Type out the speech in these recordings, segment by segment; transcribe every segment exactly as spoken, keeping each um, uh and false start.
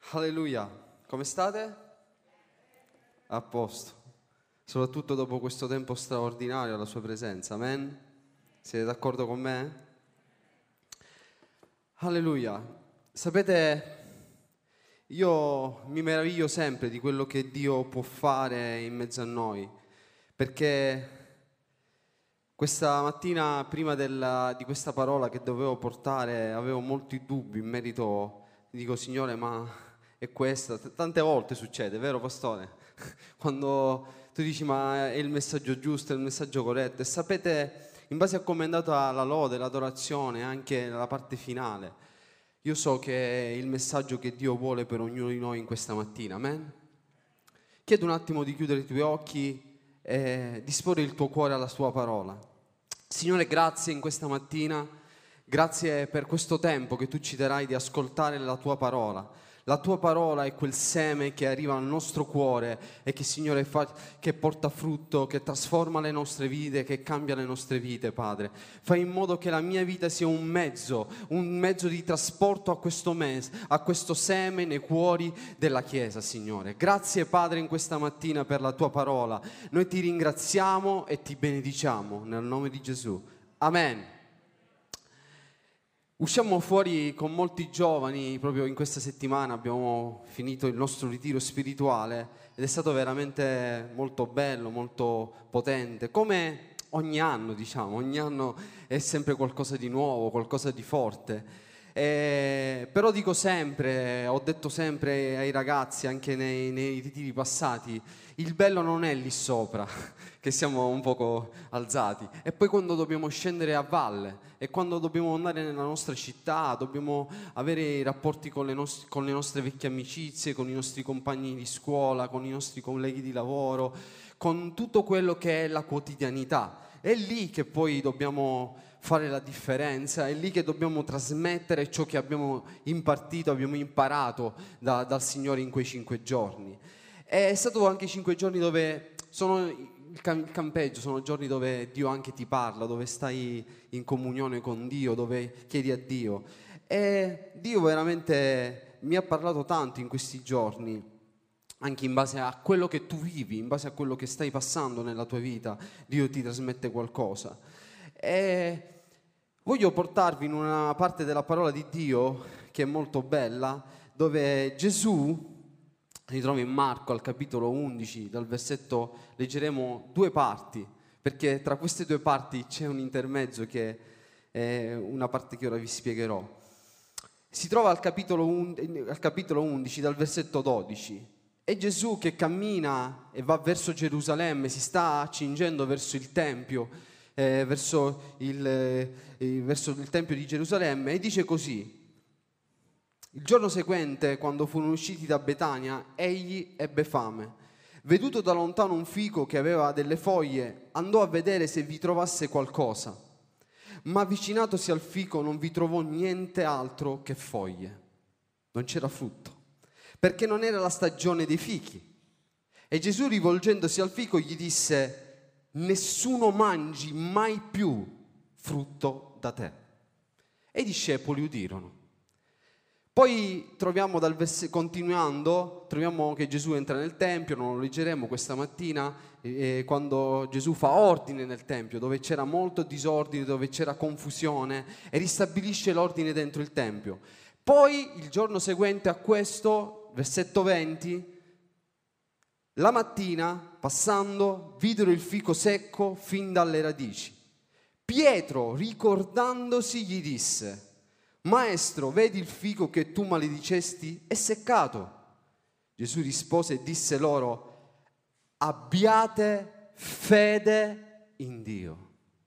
Alleluia, come state? A posto, soprattutto dopo questo tempo straordinario alla sua presenza, amen? Siete d'accordo con me? Alleluia, sapete, io mi meraviglio sempre di quello che Dio può fare in mezzo a noi, perché questa mattina, prima della, di questa parola che dovevo portare, avevo molti dubbi in merito, dico Signore, ma è questa? T- Tante volte succede, vero pastore? Quando tu dici ma è il messaggio giusto, è il messaggio corretto, e sapete, in base a come è andata la lode, l'adorazione, anche la parte finale, io so che è il messaggio che Dio vuole per ognuno di noi in questa mattina, amen? Chiedo un attimo di chiudere i tuoi occhi e disporre il tuo cuore alla sua parola. Signore, grazie in questa mattina, grazie per questo tempo che tu ci darai di ascoltare la tua parola. La tua parola è quel seme che arriva al nostro cuore e che, Signore, fa, che porta frutto, che trasforma le nostre vite, che cambia le nostre vite, Padre. Fai in modo che la mia vita sia un mezzo, un mezzo di trasporto a questo, mes, a questo seme nei cuori della Chiesa, Signore. Grazie, Padre, in questa mattina per la tua parola. Noi ti ringraziamo e ti benediciamo nel nome di Gesù. Amen. Usciamo fuori con molti giovani, proprio in questa settimana abbiamo finito il nostro ritiro spirituale ed è stato veramente molto bello, molto potente, come ogni anno, diciamo, ogni anno è sempre qualcosa di nuovo, qualcosa di forte. Eh, però dico sempre, ho detto sempre ai ragazzi, anche nei, nei ritiri passati, il bello non è lì sopra, che siamo un poco alzati, e poi quando dobbiamo scendere a valle, e quando dobbiamo andare nella nostra città, dobbiamo avere i rapporti con le, nost- con le nostre vecchie amicizie, con i nostri compagni di scuola, con i nostri colleghi di lavoro, con tutto quello che è la quotidianità. È lì che poi dobbiamo fare la differenza, è lì che dobbiamo trasmettere ciò che abbiamo impartito, abbiamo imparato da, dal Signore in quei cinque giorni. È stato anche cinque giorni dove sono il campeggio, sono giorni dove Dio anche ti parla, dove stai in comunione con Dio, dove chiedi a Dio. E Dio veramente mi ha parlato tanto in questi giorni, anche in base a quello che tu vivi, in base a quello che stai passando nella tua vita, Dio ti trasmette qualcosa. E voglio portarvi in una parte della parola di Dio che è molto bella, dove Gesù, ritrovi in Marco al capitolo undici, dal versetto, leggeremo due parti, perché tra queste due parti c'è un intermezzo che è una parte che ora vi spiegherò. Si trova al capitolo, un, al capitolo undici, dal versetto dodici. È Gesù che cammina e va verso Gerusalemme, si sta accingendo verso il Tempio, eh, verso, il, eh, verso il Tempio di Gerusalemme, e dice così: il giorno seguente, quando furono usciti da Betania, egli ebbe fame. Veduto da lontano un fico che aveva delle foglie, andò a vedere se vi trovasse qualcosa, ma avvicinatosi al fico non vi trovò niente altro che foglie. Non c'era frutto, perché non era la stagione dei fichi. E Gesù, rivolgendosi al fico, gli disse: nessuno mangi mai più frutto da te. E i discepoli udirono. Poi troviamo dal versetto, continuando, troviamo che Gesù entra nel Tempio, non lo leggeremo questa mattina, eh, quando Gesù fa ordine nel Tempio, dove c'era molto disordine, dove c'era confusione, e ristabilisce l'ordine dentro il Tempio. Poi il giorno seguente a questo, versetto venti, la mattina, passando, videro il fico secco fin dalle radici. Pietro, ricordandosi, gli disse: Maestro, vedi il fico che tu maledicesti? È seccato. Gesù rispose e disse loro: abbiate fede in Dio.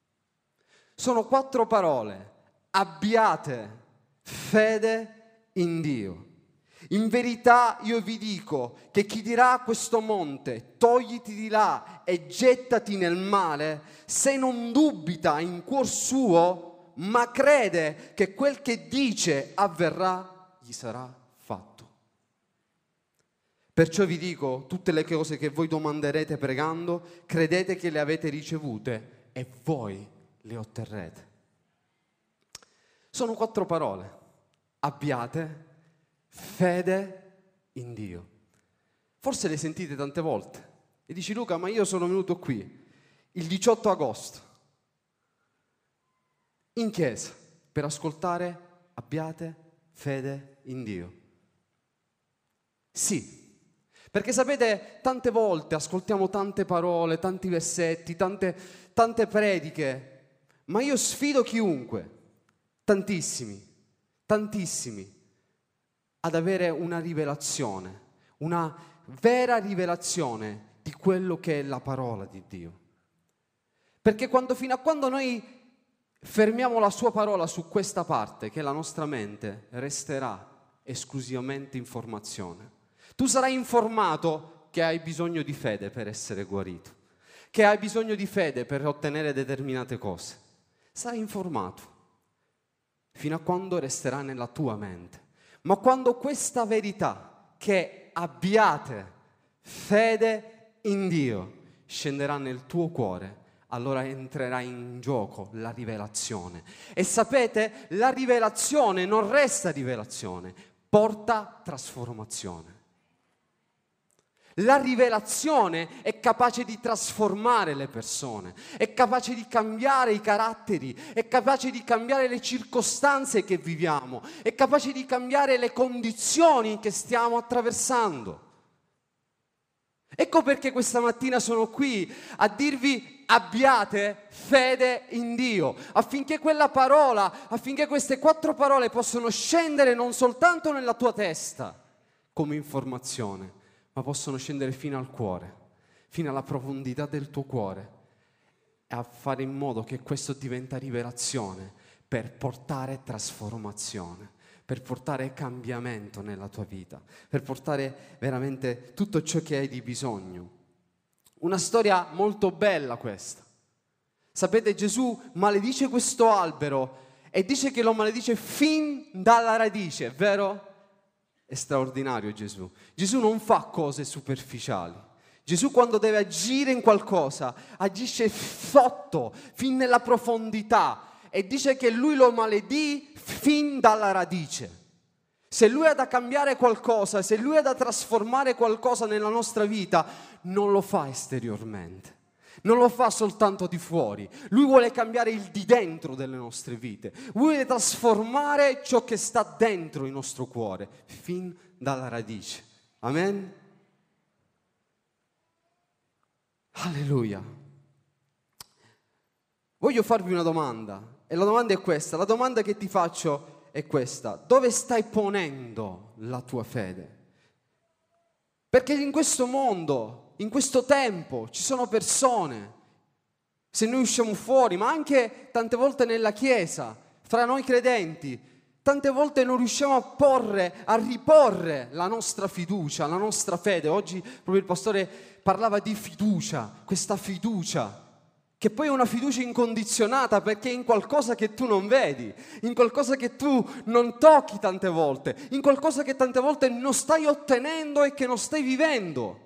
Sono quattro parole: abbiate fede in Dio. In verità io vi dico che chi dirà a questo monte: togliti di là e gettati nel mare, se non dubita in cuor suo, ma crede che quel che dice avverrà, gli sarà fatto. Perciò vi dico, tutte le cose che voi domanderete pregando, credete che le avete ricevute e voi le otterrete. Sono quattro parole: abbiate fede in Dio. Forse le sentite tante volte e dici: Luca, ma io sono venuto qui il diciotto agosto in chiesa per ascoltare abbiate fede in Dio. Sì, perché sapete, tante volte ascoltiamo tante parole, tanti versetti, tante, tante prediche, ma io sfido chiunque, tantissimi, tantissimi, ad avere una rivelazione, una vera rivelazione di quello che è la parola di Dio. Perché quando, fino a quando noi fermiamo la sua parola su questa parte, che la nostra mente resterà esclusivamente informazione. Tu sarai informato che hai bisogno di fede per essere guarito, che hai bisogno di fede per ottenere determinate cose. Sarai informato fino a quando resterà nella tua mente. Ma quando questa verità, che abbiate fede in Dio, scenderà nel tuo cuore, allora entrerà in gioco la rivelazione. E sapete, la rivelazione non resta rivelazione, porta trasformazione. La rivelazione è capace di trasformare le persone, è capace di cambiare i caratteri, è capace di cambiare le circostanze che viviamo, è capace di cambiare le condizioni che stiamo attraversando. Ecco perché questa mattina sono qui a dirvi: abbiate fede in Dio, affinché quella parola, affinché queste quattro parole possano scendere non soltanto nella tua testa come informazione, ma possono scendere fino al cuore, fino alla profondità del tuo cuore, e a fare in modo che questo diventa rivelazione per portare trasformazione, per portare cambiamento nella tua vita, per portare veramente tutto ciò che hai di bisogno. Una storia molto bella questa. Sapete, Gesù maledice questo albero e dice che lo maledice fin dalla radice, vero? È straordinario Gesù. Gesù non fa cose superficiali. Gesù, quando deve agire in qualcosa, agisce sotto, fin nella profondità, e dice che lui lo maledì fin dalla radice. Se lui ha da cambiare qualcosa, se lui ha da trasformare qualcosa nella nostra vita, non lo fa esteriormente, non lo fa soltanto di fuori. Lui vuole cambiare il di dentro delle nostre vite, vuole trasformare ciò che sta dentro il nostro cuore, fin dalla radice. Amen? Alleluia. Voglio farvi una domanda, e la domanda è questa, la domanda che ti faccio è questa: dove stai ponendo la tua fede? Perché in questo mondo, in questo tempo, ci sono persone, se noi usciamo fuori, ma anche tante volte nella chiesa, fra noi credenti, tante volte non riusciamo a porre, a riporre la nostra fiducia, la nostra fede. Oggi proprio il pastore parlava di fiducia, questa fiducia, che poi è una fiducia incondizionata, perché è in qualcosa che tu non vedi, in qualcosa che tu non tocchi tante volte, in qualcosa che tante volte non stai ottenendo e che non stai vivendo.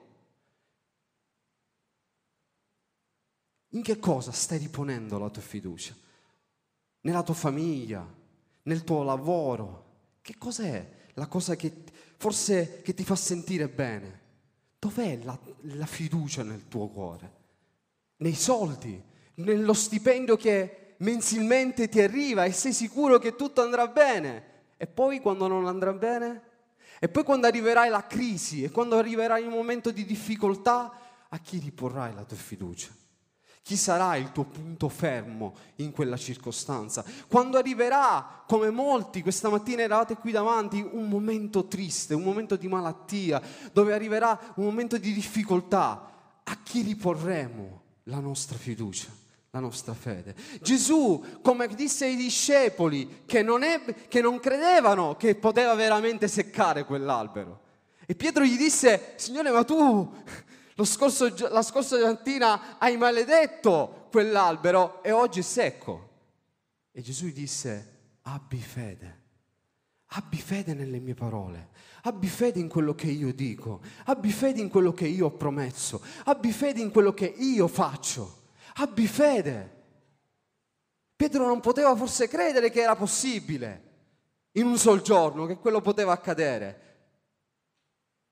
In che cosa stai riponendo la tua fiducia? Nella tua famiglia, nel tuo lavoro? Che cos'è la cosa che forse che ti fa sentire bene? Dov'è la, la fiducia nel tuo cuore? Nei soldi, nello stipendio che mensilmente ti arriva e sei sicuro che tutto andrà bene, e poi quando non andrà bene? E poi quando arriverai la crisi e quando arriverai un momento di difficoltà, a chi riporrai la tua fiducia? Chi sarà il tuo punto fermo in quella circostanza? Quando arriverà, come molti questa mattina eravate qui davanti, un momento triste, un momento di malattia, dove arriverà un momento di difficoltà, a chi riporremo la nostra fiducia, la nostra fede? Gesù, come disse ai discepoli che non, è, che non credevano che poteva veramente seccare quell'albero, e Pietro gli disse: Signore, ma tu lo scorso, la scorsa mattina hai maledetto quell'albero e oggi è secco. E Gesù gli disse: abbi fede, abbi fede nelle mie parole, abbi fede in quello che io dico, abbi fede in quello che io ho promesso, abbi fede in quello che io faccio, abbi fede. Pietro non poteva forse credere che era possibile in un sol giorno, che quello poteva accadere.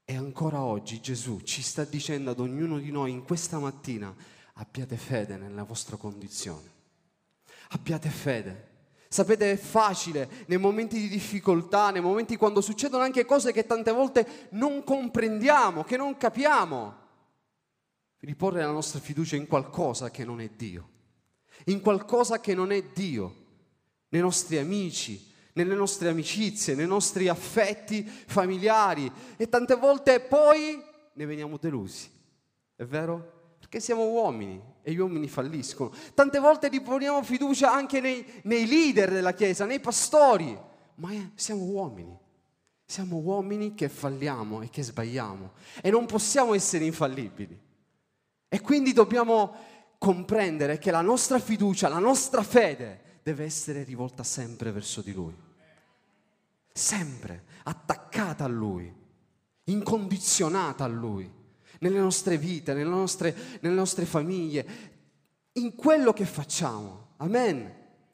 E ancora oggi Gesù ci sta dicendo ad ognuno di noi in questa mattina: abbiate fede nella vostra condizione. Abbiate fede. Sapete, è facile nei momenti di difficoltà, nei momenti quando succedono anche cose che tante volte non comprendiamo, che non capiamo, riporre la nostra fiducia in qualcosa che non è Dio, in qualcosa che non è Dio, nei nostri amici, nelle nostre amicizie, nei nostri affetti familiari, e tante volte poi ne veniamo delusi, è vero? Perché siamo uomini e gli uomini falliscono. Tante volte riponiamo fiducia anche nei, nei leader della Chiesa, nei pastori, ma eh, siamo uomini, siamo uomini che falliamo e che sbagliamo e non possiamo essere infallibili. E quindi dobbiamo comprendere che la nostra fiducia, la nostra fede deve essere rivolta sempre verso di Lui. Sempre attaccata a Lui, incondizionata a Lui, nelle nostre vite, nelle nostre, nelle nostre famiglie, in quello che facciamo. Amen.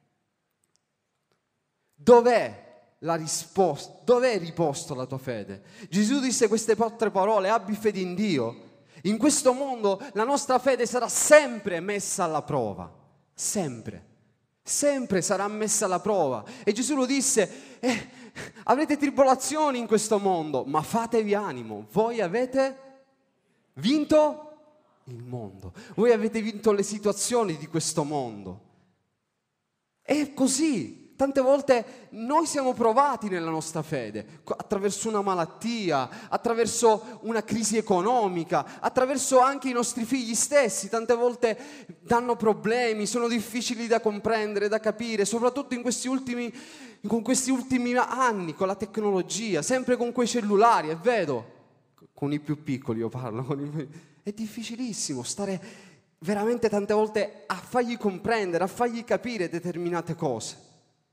Dov'è la risposta? Dov'è riposto la tua fede? Gesù disse queste quattro parole: abbi fede in Dio. In questo mondo la nostra fede sarà sempre messa alla prova, sempre, sempre sarà messa alla prova. E Gesù lo disse: eh, avrete tribolazioni in questo mondo, ma fatevi animo, voi avete vinto il mondo, voi avete vinto le situazioni di questo mondo. È così. Tante volte noi siamo provati nella nostra fede, attraverso una malattia, attraverso una crisi economica, attraverso anche i nostri figli stessi. Tante volte danno problemi, sono difficili da comprendere, da capire, soprattutto in questi ultimi, con questi ultimi anni, con la tecnologia, sempre con quei cellulari, è vero? Con i più piccoli io parlo, con i... è difficilissimo stare veramente tante volte a fargli comprendere, a fargli capire determinate cose.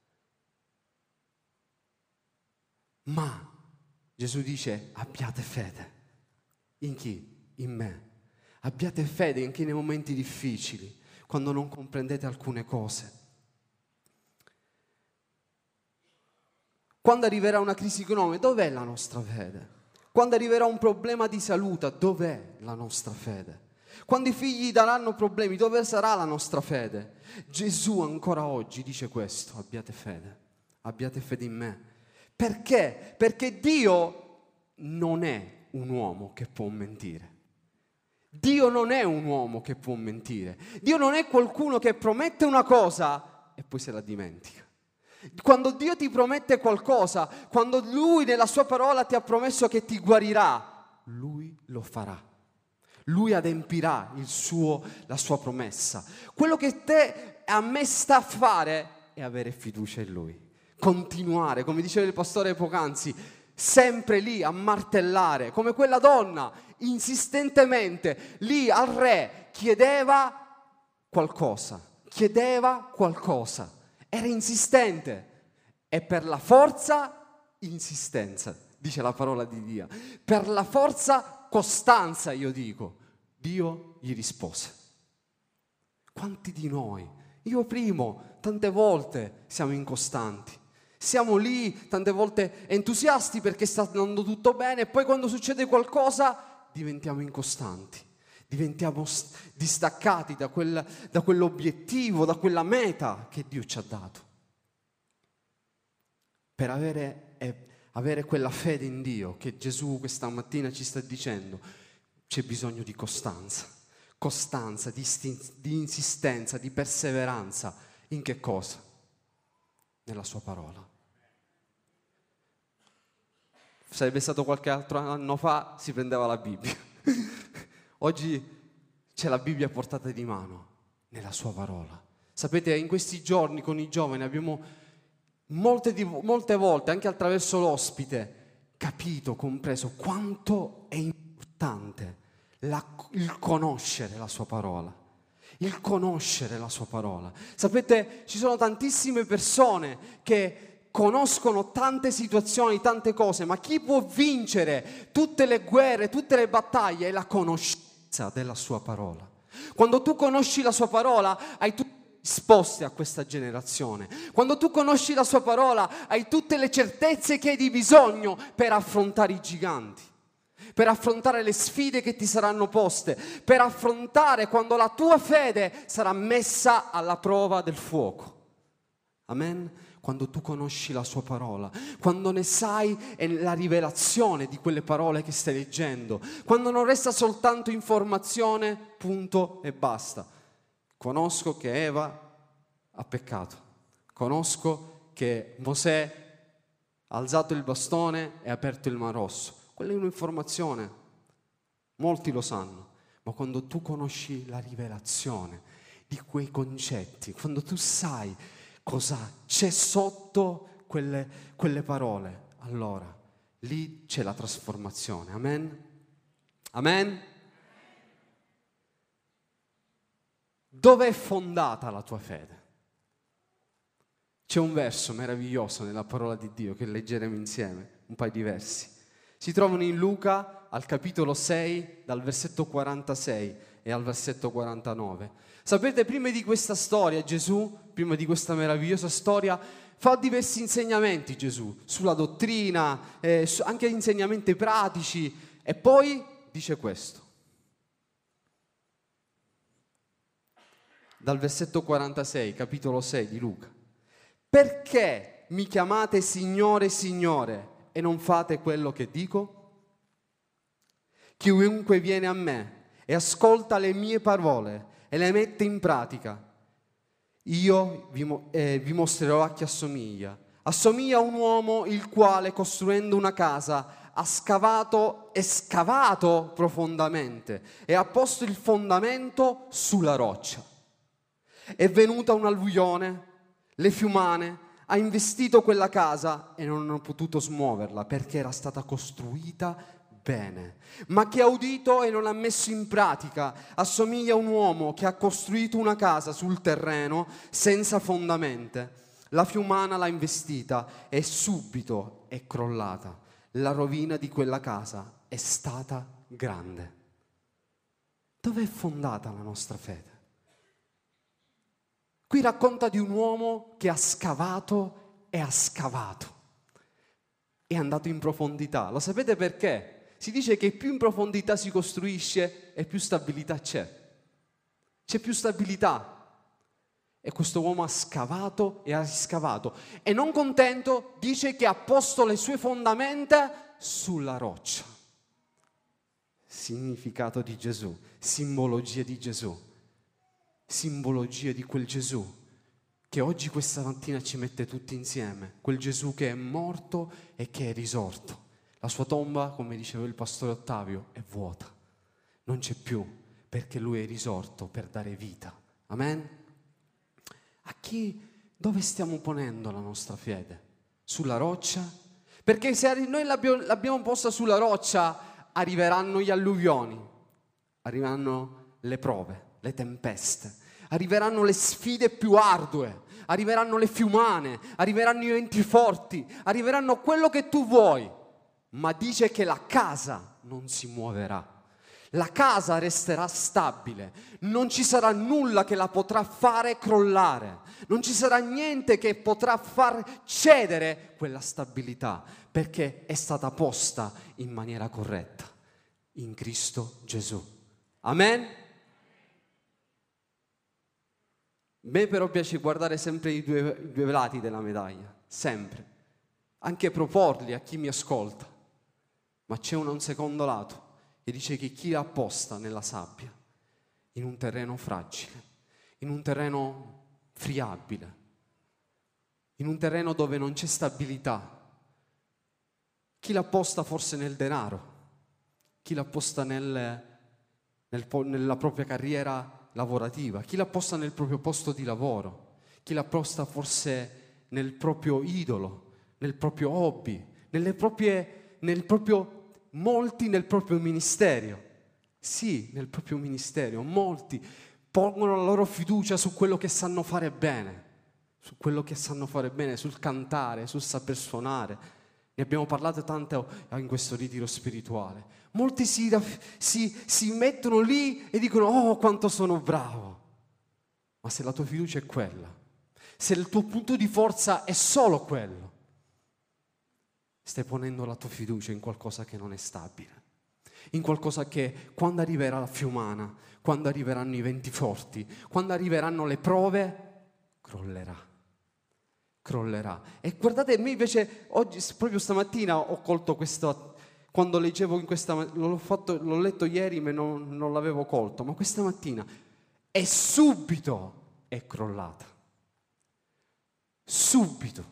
Ma Gesù dice: abbiate fede. In chi? In me. Abbiate fede anche nei momenti difficili, quando non comprendete alcune cose. Quando arriverà una crisi economica, dov'è la nostra fede? Quando arriverà un problema di salute, dov'è la nostra fede? Quando i figli daranno problemi, dove sarà la nostra fede? Gesù ancora oggi dice questo: abbiate fede, abbiate fede in me. Perché? Perché Dio non è un uomo che può mentire. Dio non è un uomo che può mentire. Dio non è qualcuno che promette una cosa e poi se la dimentica. Quando Dio ti promette qualcosa, quando Lui nella sua parola ti ha promesso che ti guarirà, Lui lo farà. Lui adempirà il suo, la sua promessa. Quello che te a me sta a fare è avere fiducia in Lui. Continuare, come diceva il pastore poc'anzi, sempre lì a martellare, come quella donna, insistentemente, lì al re, chiedeva qualcosa, chiedeva qualcosa, era insistente, e per la forza, insistenza, dice la parola di Dio, per la forza, costanza, io dico, Dio gli rispose. Quanti di noi, io primo, tante volte siamo incostanti. Siamo lì tante volte entusiasti perché sta andando tutto bene e poi quando succede qualcosa diventiamo incostanti, diventiamo distaccati da, quel, da quell'obiettivo, da quella meta che Dio ci ha dato. Per avere, eh, avere quella fede in Dio che Gesù questa mattina ci sta dicendo, c'è bisogno di costanza, costanza, di, istin- di insistenza, di perseveranza. In che cosa? Nella sua parola. Sarebbe stato qualche altro anno fa, si prendeva la Bibbia. Oggi c'è la Bibbia a portata di mano, nella sua parola. Sapete, in questi giorni con i giovani abbiamo molte, molte volte, anche attraverso l'ospite, capito, compreso quanto è importante la, il conoscere la sua parola. Il conoscere la sua parola. Sapete, ci sono tantissime persone che conoscono tante situazioni, tante cose, ma chi può vincere tutte le guerre, tutte le battaglie è la conoscenza della sua parola. Quando tu conosci la sua parola, hai tutte le risposte a questa generazione. Quando tu conosci la sua parola, hai tutte le certezze che hai di bisogno per affrontare i giganti. per affrontare le sfide che ti saranno poste, per affrontare quando la tua fede sarà messa alla prova del fuoco. Amen? Quando tu conosci la sua parola, quando ne sai la rivelazione di quelle parole che stai leggendo, quando non resta soltanto informazione, punto e basta. Conosco che Eva ha peccato, conosco che Mosè ha alzato il bastone e ha aperto il Mar Rosso. Quella è un'informazione, molti lo sanno, ma quando tu conosci la rivelazione di quei concetti, quando tu sai cosa c'è sotto quelle, quelle parole, allora lì c'è la trasformazione. Amen? Amen? Dove è fondata la tua fede? C'è un verso meraviglioso nella parola di Dio che leggeremo insieme, un paio di versi. Si trovano in Luca al capitolo sei, dal versetto quarantasei e al versetto quarantanove. Sapete, prima di questa storia Gesù, prima di questa meravigliosa storia, fa diversi insegnamenti Gesù, sulla dottrina, eh, anche insegnamenti pratici, e poi dice questo. Dal versetto quarantasei, capitolo sei di Luca. Perché mi chiamate Signore, Signore, e non fate quello che dico? Chiunque viene a me e ascolta le mie parole e le mette in pratica, io vi, mo- eh, vi mostrerò a chi assomiglia. Assomiglia a un uomo il quale, costruendo una casa, ha scavato e scavato profondamente e ha posto il fondamento sulla roccia. È venuta un'alluvione, le fiumane, ha investito quella casa e non hanno potuto smuoverla perché era stata costruita bene. Ma chi ha udito e non ha messo in pratica assomiglia a un uomo che ha costruito una casa sul terreno senza fondamenta. La fiumana l'ha investita e subito è crollata. La rovina di quella casa è stata grande. Dove è fondata la nostra fede? Qui racconta di un uomo che ha scavato e ha scavato. È andato in profondità. Lo sapete perché? Si dice che più in profondità si costruisce e più stabilità c'è. C'è più stabilità. E questo uomo ha scavato e ha riscavato. E non contento, dice che ha posto le sue fondamenta sulla roccia. Significato di Gesù, simbologia di Gesù. Simbologia di quel Gesù che oggi, questa mattina, ci mette tutti insieme. Quel Gesù che è morto e che è risorto. La sua tomba, come diceva il pastore Ottavio, è vuota. Non c'è più, perché Lui è risorto per dare vita. Amen? A chi, dove stiamo ponendo la nostra fede? Sulla roccia? Perché se noi l'abbiamo, l'abbiamo posta sulla roccia, arriveranno gli alluvioni, arriveranno le prove, le tempeste, arriveranno le sfide più ardue, arriveranno le fiumane, arriveranno i venti forti, arriveranno quello che tu vuoi. Ma dice che la casa non si muoverà, la casa resterà stabile, non ci sarà nulla che la potrà fare crollare, non ci sarà niente che potrà far cedere quella stabilità, perché è stata posta in maniera corretta, in Cristo Gesù. Amen? A me però piace guardare sempre i due, i due lati della medaglia, sempre, anche proporli a chi mi ascolta. Ma c'è un, un secondo lato che dice che chi l'ha posta nella sabbia, in un terreno fragile, in un terreno friabile, in un terreno dove non c'è stabilità, chi l'ha posta forse nel denaro, chi l'ha posta nel, nel, nella propria carriera lavorativa, chi l'ha posta nel proprio posto di lavoro, chi l'ha posta forse nel proprio idolo, nel proprio hobby, nelle proprie, nel proprio molti nel proprio ministero. Sì, nel proprio ministero. Molti pongono la loro fiducia su quello che sanno fare bene, su quello che sanno fare bene, sul cantare, sul saper suonare. Ne abbiamo parlato tanto in questo ritiro spirituale. Molti si, si, si mettono lì e dicono: oh, quanto sono bravo. Ma se la tua fiducia è quella, se il tuo punto di forza è solo quello, stai ponendo la tua fiducia in qualcosa che non è stabile. in qualcosa che quando arriverà la fiumana, quando arriveranno i venti forti, quando arriveranno le prove, crollerà. crollerà. E guardate, me invece oggi, proprio stamattina, ho colto questo, quando leggevo in questa, l'ho, fatto, l'ho letto ieri ma non, non l'avevo colto, ma questa mattina, e subito è crollata. Subito.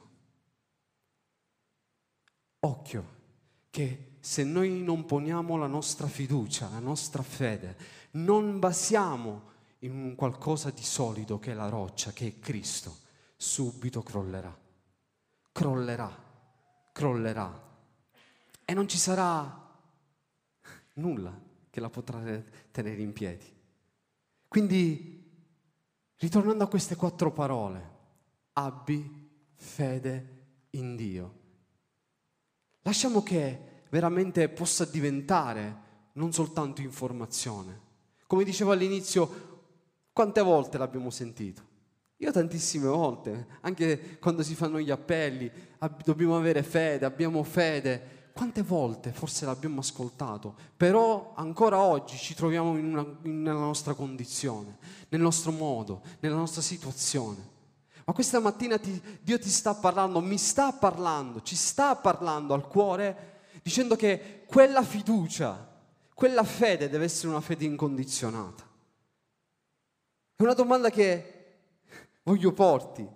Occhio, che se noi non poniamo la nostra fiducia, la nostra fede, non basiamo in un qualcosa di solido che è la roccia, che è Cristo, subito crollerà, crollerà, crollerà e non ci sarà nulla che la potrà tenere in piedi. Quindi, ritornando a queste quattro parole, abbi fede in Dio. Lasciamo che veramente possa diventare non soltanto informazione. Come dicevo all'inizio, quante volte l'abbiamo sentito? Io tantissime volte, anche quando si fanno gli appelli, ab- dobbiamo avere fede, abbiamo fede. Quante volte forse l'abbiamo ascoltato, però ancora oggi ci troviamo in una, in- nella nostra condizione, nel nostro modo, nella nostra situazione. Ma questa mattina ti, Dio ti sta parlando, mi sta parlando, ci sta parlando al cuore, dicendo che quella fiducia, quella fede deve essere una fede incondizionata. È una domanda che voglio porti.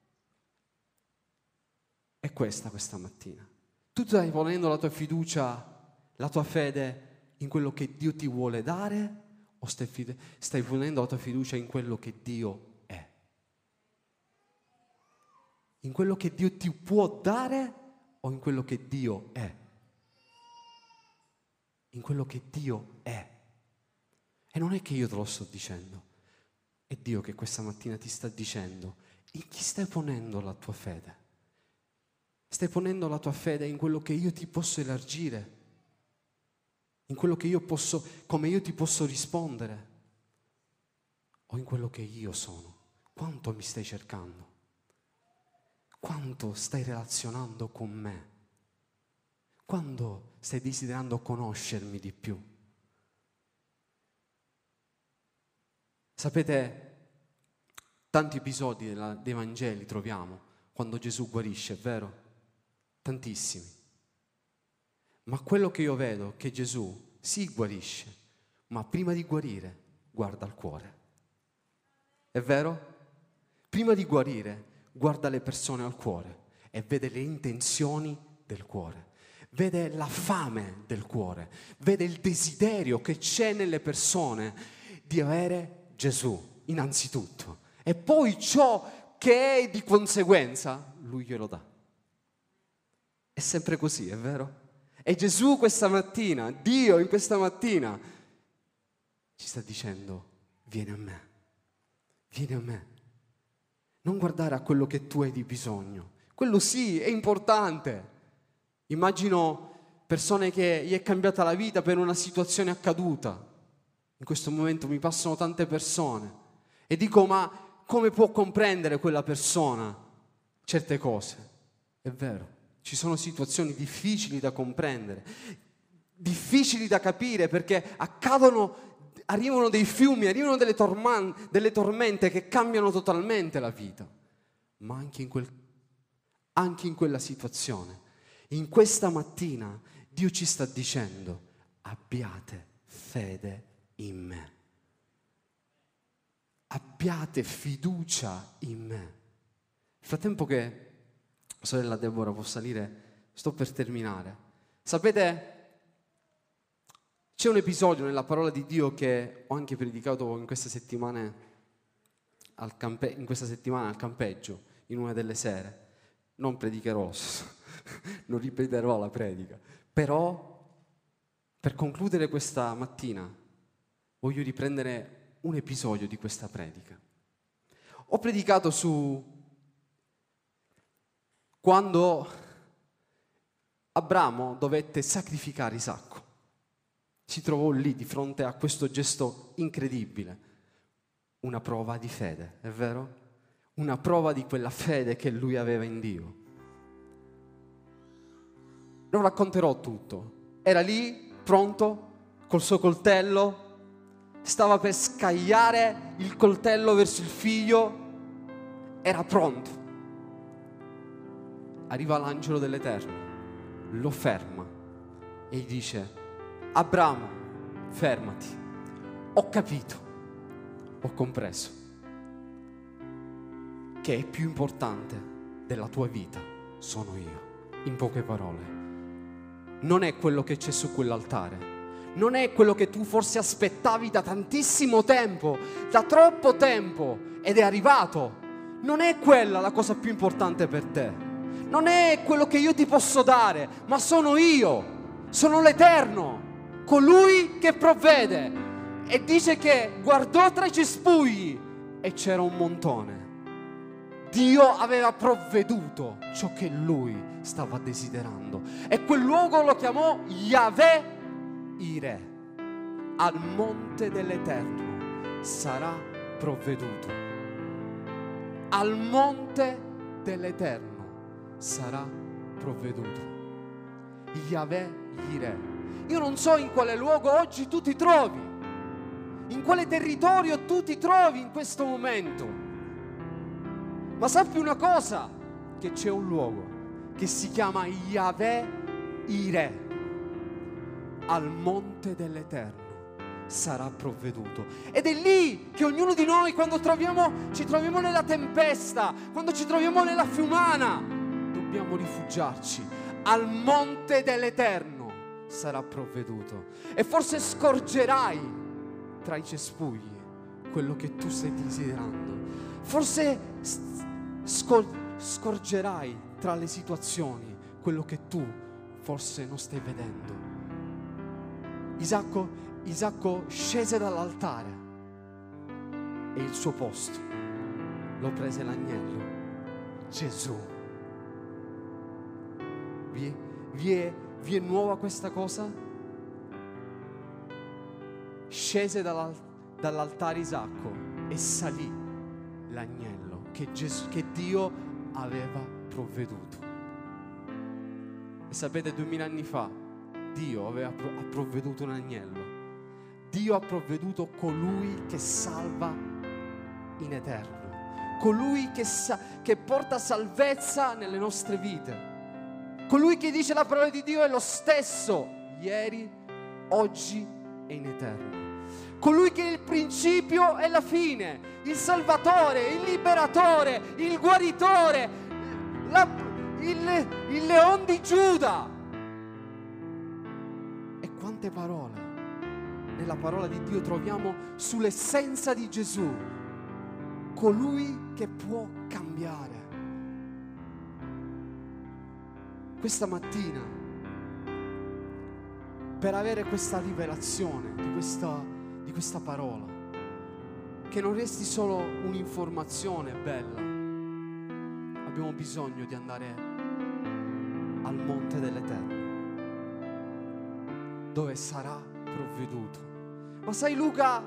È questa questa mattina. Tu stai ponendo la tua fiducia, la tua fede in quello che Dio ti vuole dare o stai, fide- stai ponendo la tua fiducia in quello che Dio è? In quello che Dio ti può dare o in quello che Dio è? In quello che Dio è. E non è che io te lo sto dicendo. È Dio che questa mattina ti sta dicendo in chi stai ponendo la tua fede. Stai ponendo la tua fede in quello che io ti posso elargire, in quello che io posso, come io ti posso rispondere, o in quello che io sono. Quanto mi stai cercando? Quanto stai relazionando con me? Quando stai desiderando conoscermi di più? Sapete, tanti episodi della, dei Vangeli troviamo quando Gesù guarisce, è vero? Tantissimi. Ma quello che io vedo è che Gesù sì guarisce, ma prima di guarire guarda il cuore. È vero? Prima di guarire guarda le persone al cuore e vede le intenzioni del cuore. Vede la fame del cuore, vede il desiderio che c'è nelle persone di avere Gesù, innanzitutto, e poi ciò che è di conseguenza, lui glielo dà. È sempre così, è vero? E Gesù questa mattina, Dio in questa mattina, ci sta dicendo, vieni a me, vieni a me. Non guardare a quello che tu hai di bisogno. Quello sì, è importante. Immagino persone che gli è cambiata la vita per una situazione accaduta. In questo momento mi passano tante persone e dico, ma come può comprendere quella persona certe cose? È vero, ci sono situazioni difficili da comprendere, difficili da capire perché accadono, arrivano dei fiumi, arrivano delle, torman- delle tormente che cambiano totalmente la vita. Ma anche in, quel, anche in quella situazione, in questa mattina, Dio ci sta dicendo, abbiate fede in me. Abbiate fiducia in me. Nel frattempo che sorella Deborah può salire, sto per terminare. Sapete, c'è un episodio nella parola di Dio che ho anche predicato in queste settimane al campe- in questa settimana al campeggio, in una delle sere. Non predicherò, non ripeterò la predica, però per concludere questa mattina voglio riprendere un episodio di questa predica. Ho predicato su quando Abramo dovette sacrificare Isacco. Si trovò lì di fronte a questo gesto incredibile, una prova di fede, è vero? Una prova di quella fede che lui aveva in Dio. Non racconterò tutto. Era lì, pronto, col suo coltello, stava per scagliare il coltello verso il figlio, era pronto. Arriva l'angelo dell'Eterno, lo ferma e gli dice: Abramo, fermati, ho capito, ho compreso che è più importante della tua vita sono io. In poche parole, non è quello che c'è su quell'altare, non è quello che tu forse aspettavi da tantissimo tempo, da troppo tempo, ed è arrivato. Non è quella la cosa più importante per te, non è quello che io ti posso dare, ma sono io, sono l'Eterno, colui che provvede. E dice che guardò tra i cespugli e c'era un montone. Dio aveva provveduto ciò che lui stava desiderando, e quel luogo lo chiamò Yahweh Ireh. Al monte dell'Eterno sarà provveduto. Al monte dell'Eterno sarà provveduto. Yahweh Ireh. Io non so in quale luogo oggi tu ti trovi, in quale territorio tu ti trovi in questo momento, ma sappi una cosa, che c'è un luogo che si chiama Yahweh Ireh. Al monte dell'Eterno sarà provveduto. Ed è lì che ognuno di noi, quando troviamo, ci troviamo nella tempesta, quando ci troviamo nella fiumana, dobbiamo rifugiarci. Al monte dell'Eterno sarà provveduto. E forse scorgerai tra i cespugli quello che tu stai desiderando. Forse scor- scorgerai tra le situazioni quello che tu forse non stai vedendo. Isacco, Isacco scese dall'altare e il suo posto lo prese l'agnello, Gesù. Vi è, vi è, vi è nuova questa cosa? Scese dall'al- dall'altare Isacco e salì l'agnello che, Gesù, che Dio aveva provveduto. E sapete, duemila anni fa Dio aveva ha provveduto un agnello. Dio ha provveduto colui che salva in eterno, colui che, sa, che porta salvezza nelle nostre vite, colui che dice la parola di Dio è lo stesso ieri, oggi e in eterno, colui che è il principio e la fine, il salvatore, il liberatore, il guaritore, la, il, il leon di Giuda. E quante parole nella parola di Dio troviamo sull'essenza di Gesù, colui che può cambiare. Questa mattina, per avere questa rivelazione di questa, di questa parola, che non resti solo un'informazione bella, abbiamo bisogno di andare al monte dell'Eterno, dove sarà provveduto. Ma sai Luca,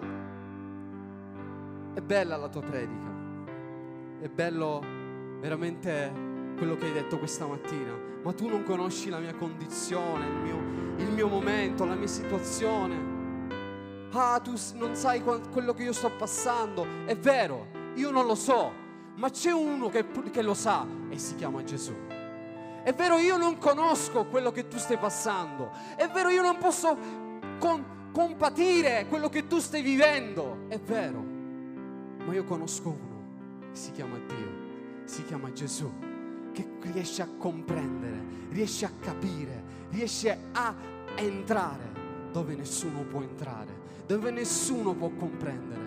è bella la tua predica, è bello veramente quello che hai detto questa mattina, ma tu non conosci la mia condizione, il mio, il mio momento, la mia situazione. Ah, tu non sai quello che io sto passando. È vero, io non lo so, ma c'è uno che, che lo sa e si chiama Gesù. È vero, io non conosco quello che tu stai passando. È vero, io non posso con, compatire quello che tu stai vivendo. È vero, ma io conosco uno, si chiama Dio, si chiama Gesù, che riesce a comprendere, riesce a capire, riesce a entrare dove nessuno può entrare, dove nessuno può comprendere.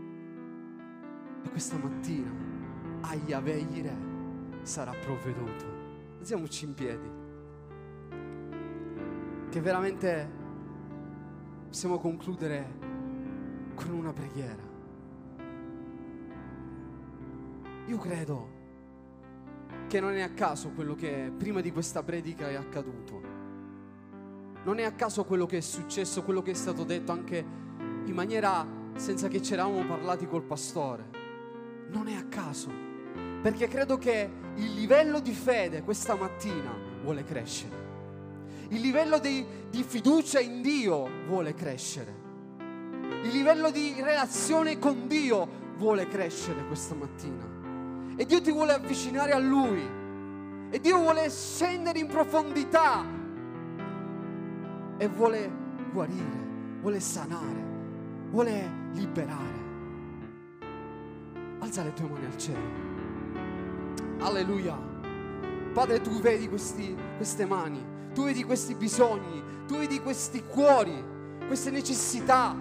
E questa mattina a Yahweh Ireh sarà provveduto. Alziamoci in piedi, che veramente possiamo concludere con una preghiera. Io credo che non è a caso quello che prima di questa predica è accaduto. Non è a caso quello che è successo, quello che è stato detto anche in maniera senza che ci eravamo parlati col pastore. Non è a caso, perché credo che il livello di fede questa mattina vuole crescere. Il livello di, di fiducia in Dio vuole crescere. Il livello di relazione con Dio vuole crescere questa mattina. E Dio ti vuole avvicinare a Lui. E Dio vuole scendere in profondità. E vuole guarire, vuole sanare, vuole liberare. Alza le tue mani al cielo. Alleluia. Padre, tu vedi questi, queste mani, tu vedi questi bisogni, tu vedi questi cuori, queste necessità,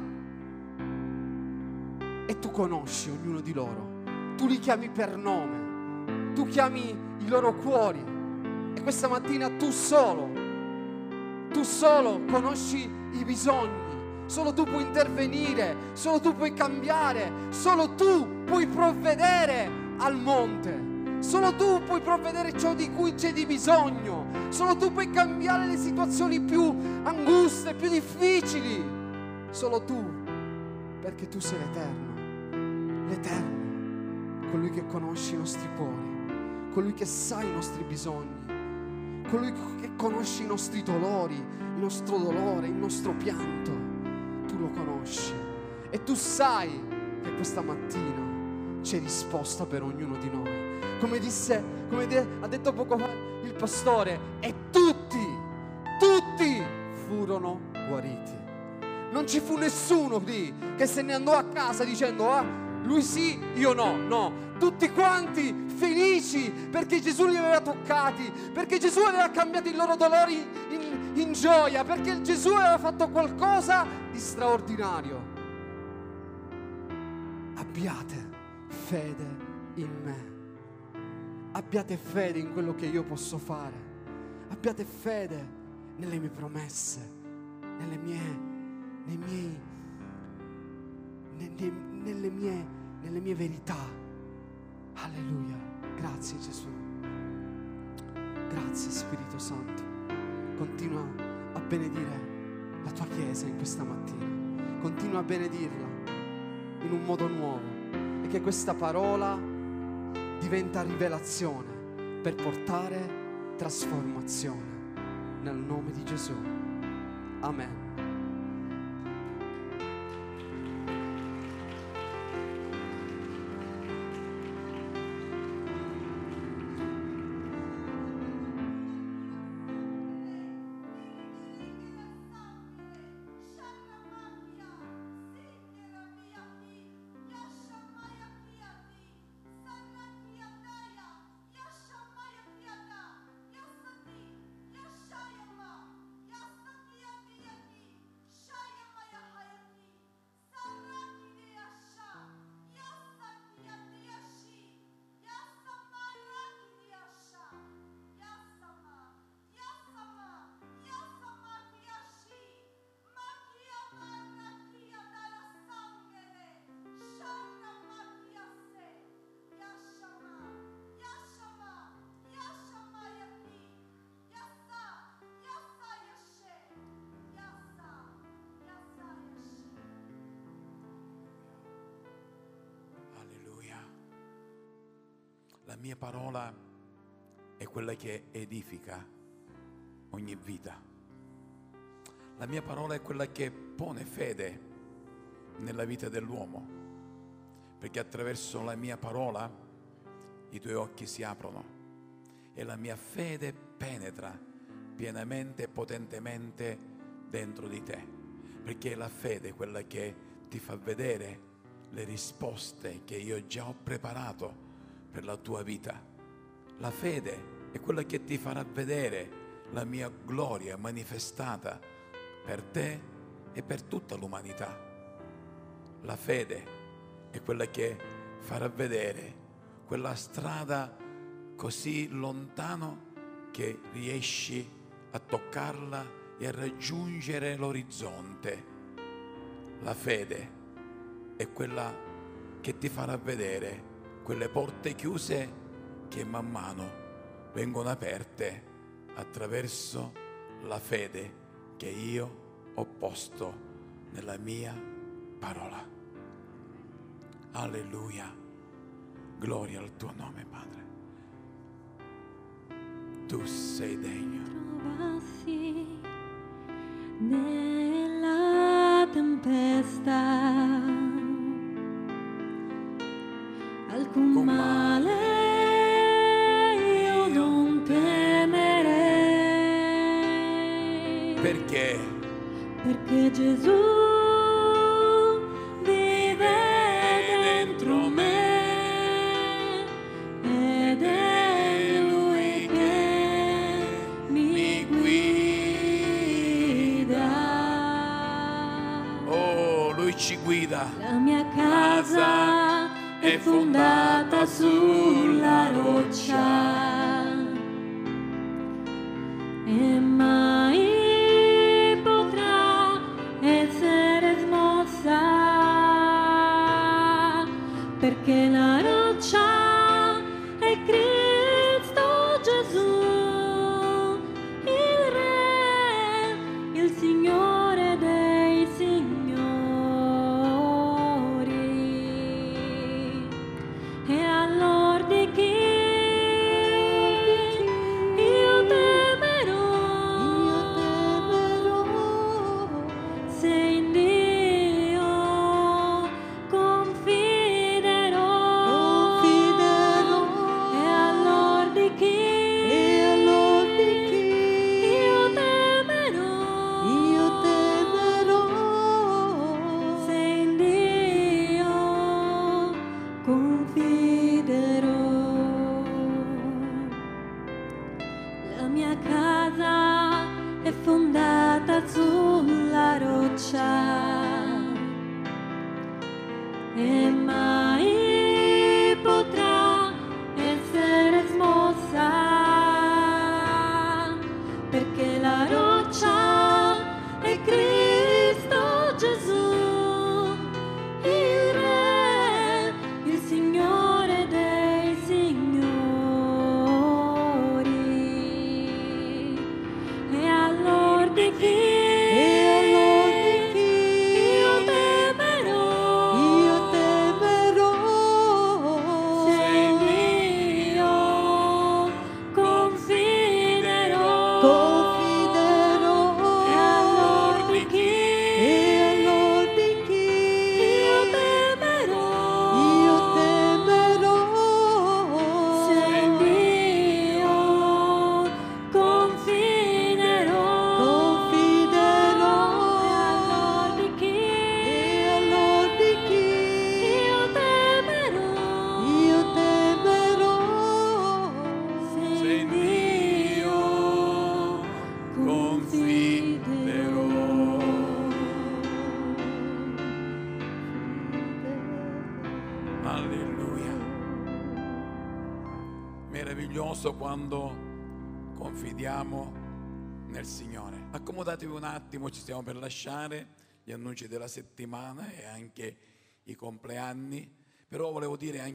e tu conosci ognuno di loro. Tu li chiami per nome, tu chiami i loro cuori, e questa mattina tu solo, tu solo conosci i bisogni. Solo tu puoi intervenire, solo tu puoi cambiare, solo tu puoi provvedere al monte. Solo tu puoi provvedere ciò di cui c'è di bisogno. Solo tu puoi cambiare le situazioni più anguste, più difficili. Solo tu, perché tu sei l'Eterno, l'Eterno, colui che conosce i nostri cuori, colui che sa i nostri bisogni, colui che conosce i nostri dolori, il nostro dolore, il nostro pianto. Tu lo conosci e tu sai che questa mattina c'è risposta per ognuno di noi. Come disse, come de- ha detto poco fa il pastore, e tutti, tutti furono guariti. Non ci fu nessuno lì che se ne andò a casa dicendo: ah, lui sì, io no. No, tutti quanti felici perché Gesù li aveva toccati, perché Gesù aveva cambiato i loro dolori in, in gioia, perché Gesù aveva fatto qualcosa di straordinario. Abbiate fede in me. Abbiate fede in quello che io posso fare. Abbiate fede nelle mie promesse, nelle mie, nei miei, nelle, nelle mie, nelle mie verità. Alleluia. Grazie Gesù. Grazie Spirito Santo. Continua a benedire la tua Chiesa in questa mattina. Continua a benedirla in un modo nuovo, e che questa parola diventa rivelazione per portare trasformazione nel nome di Gesù. Amen. La mia parola è quella che edifica ogni vita. La mia parola è quella che pone fede nella vita dell'uomo, perché attraverso la mia parola i tuoi occhi si aprono e la mia fede penetra pienamente e potentemente dentro di te, perché la fede è quella che ti fa vedere le risposte che io già ho preparato per la tua vita. La fede è quella che ti farà vedere la mia gloria manifestata per te e per tutta l'umanità. La fede è quella che farà vedere quella strada così lontano che riesci a toccarla e a raggiungere l'orizzonte. La fede è quella che ti farà vedere quelle porte chiuse che man mano vengono aperte attraverso la fede che io ho posto nella mia parola. Alleluia. Gloria al tuo nome, Padre. Tu sei degno. Trovati nella tempesta, alcun male io non temerei. Perché? Perché Gesù vive dentro me ed è Lui che mi guida. Oh, Lui ci guida. La mia casa è fondata sulla roccia e mai potrà essere smossa, perché la roccia è Cristo Gesù, il Re, il Signore dei Signori. E allora di chi io temerò? Se in Dio confiderò. E allora di chi io temerò? Se in Dio confiderò. La mia casa è fondata sulla roccia e mai potrà essere smossa, perché la roccia è Cristo Gesù, il Re, il Signore dei Signori. E allora di chi io temerò? Se in Dio confiderò. E allora di chi io temerò? Se in Dio confiderò. E allora di chi io temerò? Se Se in Dio confiderò. Alleluia. Meraviglioso quando confidiamo nel Signore. Accomodatevi un attimo, ci stiamo per lasciare gli annunci della settimana e anche i compleanni, però volevo dire anche